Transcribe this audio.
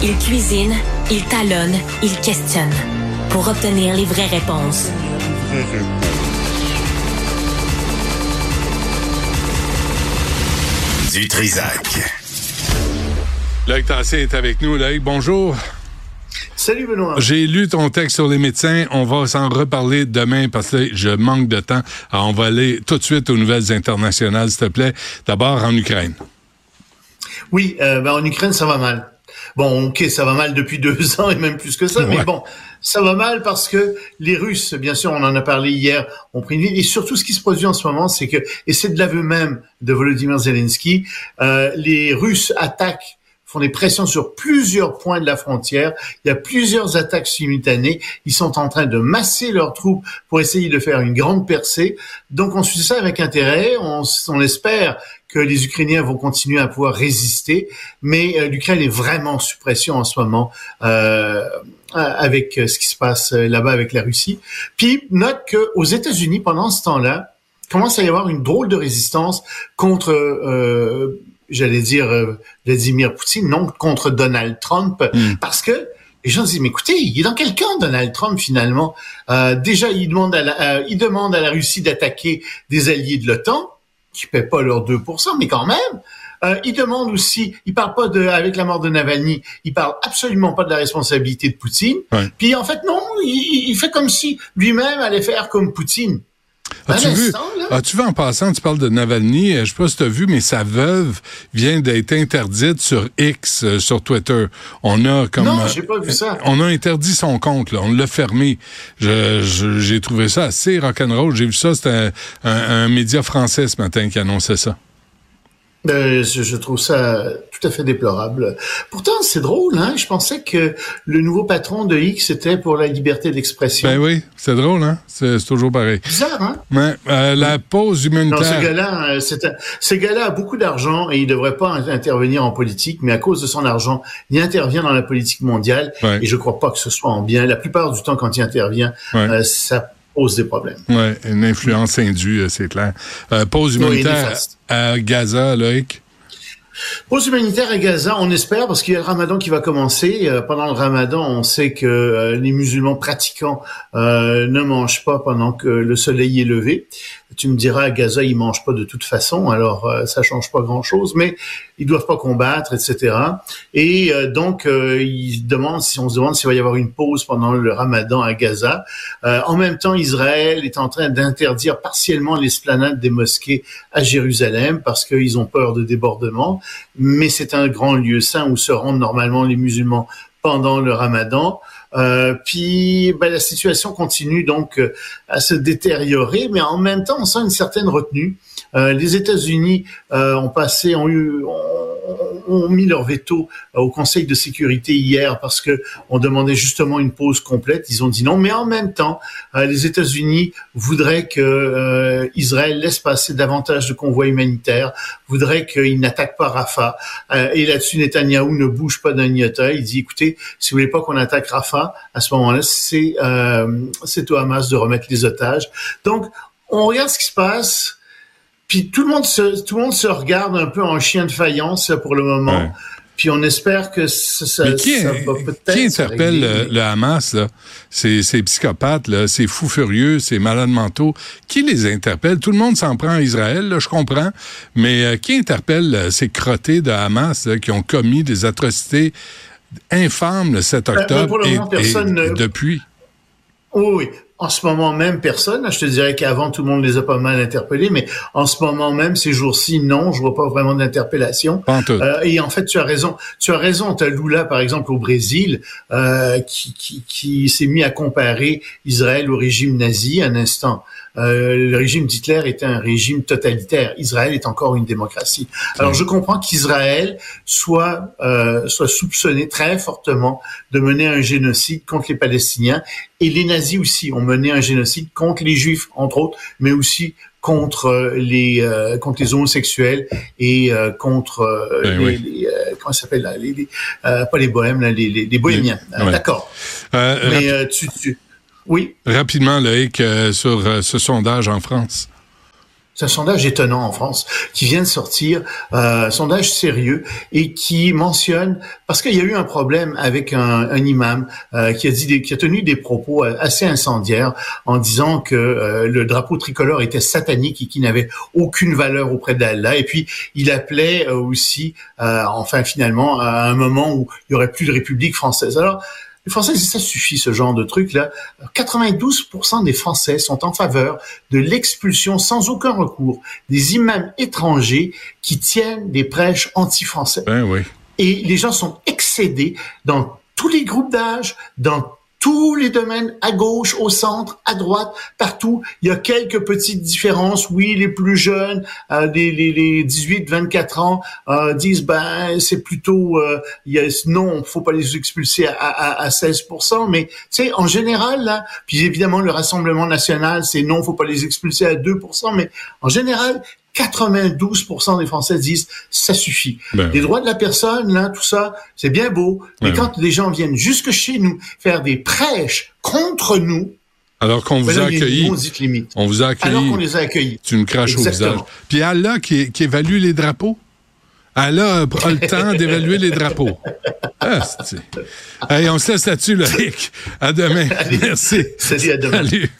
Il cuisine, il talonne, il questionne pour obtenir les vraies réponses. Du Trizac. Loïc Tassé est avec nous. Loïc, bonjour. Salut Benoît. J'ai lu ton texte sur les médecins. On va s'en reparler demain parce que je manque de temps. Alors, on va aller tout de suite aux nouvelles internationales, s'il te plaît. D'abord, en Ukraine. Oui, en Ukraine, ça va mal. Bon, ok, ça va mal depuis 2 ans et même plus que ça, mais bon, ça va mal parce que les Russes, bien sûr, on en a parlé hier, ont pris une ligne. Et surtout, ce qui se produit en ce moment, c'est que, et c'est de l'aveu même de Volodymyr Zelensky, les Russes font des pressions sur plusieurs points de la frontière. Il y a plusieurs attaques simultanées. Ils sont en train de masser leurs troupes pour essayer de faire une grande percée. Donc, on suit ça avec intérêt. On espère que les Ukrainiens vont continuer à pouvoir résister. Mais l'Ukraine est vraiment sous pression en ce moment avec ce qui se passe là-bas avec la Russie. Puis, note qu'aux États-Unis, pendant ce temps-là, commence à y avoir une drôle de résistance contre... Vladimir Poutine, non contre Donald Trump, parce que les gens disent, mais écoutez, il est dans quel camp, Donald Trump, finalement? Déjà, il demande à la Russie d'attaquer des alliés de l'OTAN, qui paient pas leurs 2%, mais quand même. Il demande aussi, il parle pas avec la mort de Navalny, il parle absolument pas de la responsabilité de Poutine. Ouais. Puis en fait, non, il fait comme si lui-même allait faire comme Poutine. As-tu vu en passant, tu parles de Navalny, je sais pas si tu as vu, mais sa veuve vient d'être interdite sur X, sur Twitter. Non, j'ai pas vu ça. On a interdit son compte, là, on l'a fermé. J'ai trouvé ça assez rock'n'roll. J'ai vu ça, c'était un média français ce matin qui annonçait ça. Je trouve ça tout à fait déplorable. Pourtant, c'est drôle, hein. Je pensais que le nouveau patron de X était pour la liberté d'expression. Ben oui, c'est drôle, hein. C'est toujours pareil. Bizarre, hein. Ouais, la pause humanitaire. Non, ce gars-là a beaucoup d'argent et il devrait pas intervenir en politique, mais à cause de son argent, il intervient dans la politique mondiale. Ouais. Et je crois pas que ce soit en bien. La plupart du temps, quand il intervient, ça pose des problèmes. Oui, une influence indue, c'est clair. Pause humanitaire à Gaza, Loïc? Pause humanitaire à Gaza, on espère, parce qu'il y a le Ramadan qui va commencer. Pendant le Ramadan, on sait que les musulmans pratiquants ne mangent pas pendant que le soleil est levé. Tu me diras, à Gaza, ils mangent pas de toute façon, alors ça change pas grand-chose, mais ils doivent pas combattre, etc. Et donc, on se demande s'il va y avoir une pause pendant le Ramadan à Gaza. En même temps, Israël est en train d'interdire partiellement l'esplanade des mosquées à Jérusalem parce qu'ils ont peur de débordements. Mais c'est un grand lieu saint où se rendent normalement les musulmans pendant le Ramadan. Puis la situation continue donc à se détériorer, mais en même temps on sent une certaine retenue. Les États-Unis ont mis leur veto au Conseil de sécurité hier parce que on demandait justement une pause complète. Ils ont dit non, mais en même temps, les États-Unis voudraient que Israël laisse passer davantage de convois humanitaires, voudraient qu'ils n'attaquent pas Rafah. Et là-dessus, Netanyahou ne bouge pas d'un iota. Il dit, écoutez, si vous voulez pas qu'on attaque Rafah, à ce moment-là, c'est au Hamas de remettre les otages. Donc, on regarde ce qui se passe. Puis tout le monde se regarde un peu en chien de faïence pour le moment. Ouais. Puis on espère que ça va peut-être. Qui interpelle le Hamas, là? Ces psychopathes, là, ces fous furieux, ces malades mentaux. Qui les interpelle? Tout le monde s'en prend à Israël, là, je comprends. Mais qui interpelle ces crottés de Hamas là, qui ont commis des atrocités infâmes le 7 octobre pour le moment, et depuis? Oui. En ce moment même, personne. Je te dirais qu'avant, tout le monde les a pas mal interpellés, mais en ce moment même, ces jours-ci, non, je vois pas vraiment d'interpellation. Et en fait, tu as raison. T'as Lula, par exemple, au Brésil, qui s'est mis à comparer Israël au régime nazi un instant. Le régime d'Hitler était un régime totalitaire. Israël est encore une démocratie. Alors, je comprends qu'Israël soit soupçonné très fortement de mener un génocide contre les Palestiniens. Et les nazis aussi ont mené un génocide contre les Juifs, entre autres, mais aussi contre les homosexuels et contre comment ça s'appelle là, pas les bohèmes là, les bohémiens. D'accord. Mais Oui. Rapidement, Loïc, sur ce sondage en France. C'est un sondage étonnant en France qui vient de sortir, un sondage sérieux et qui mentionne, parce qu'il y a eu un problème avec un imam qui a tenu des propos assez incendiaires en disant que le drapeau tricolore était satanique et qu'il n'avait aucune valeur auprès d'Allah. Et puis il appelait aussi, finalement, à un moment où il y aurait plus de République française. Alors les Français disent ça suffit, ce genre de truc-là. 92% des Français sont en faveur de l'expulsion sans aucun recours des imams étrangers qui tiennent des prêches anti-français. Ben oui. Et les gens sont excédés dans tous les groupes d'âge, dans tous les domaines, à gauche, au centre, à droite, partout. Il y a quelques petites différences. Oui, les plus jeunes, les 18-24 ans, disent, c'est plutôt, non, faut pas les expulser à 16%. Mais, tu sais, en général, là, puis évidemment, le Rassemblement national, c'est non, faut pas les expulser à 2%. Mais, en général, 92% des Français disent ça suffit. Les droits de la personne, là, tout ça, c'est bien beau, mais quand les gens viennent jusque chez nous faire des prêches contre nous, alors qu'on vous a accueillis, on vous a accueillis, alors qu'on les a accueillis, tu me craches au visage. Puis Allah qui évalue les drapeaux. Allah a le temps d'évaluer les drapeaux. Hey, on se laisse là-dessus, Loïc. À demain. Allez, merci. Salut, à demain. Salut.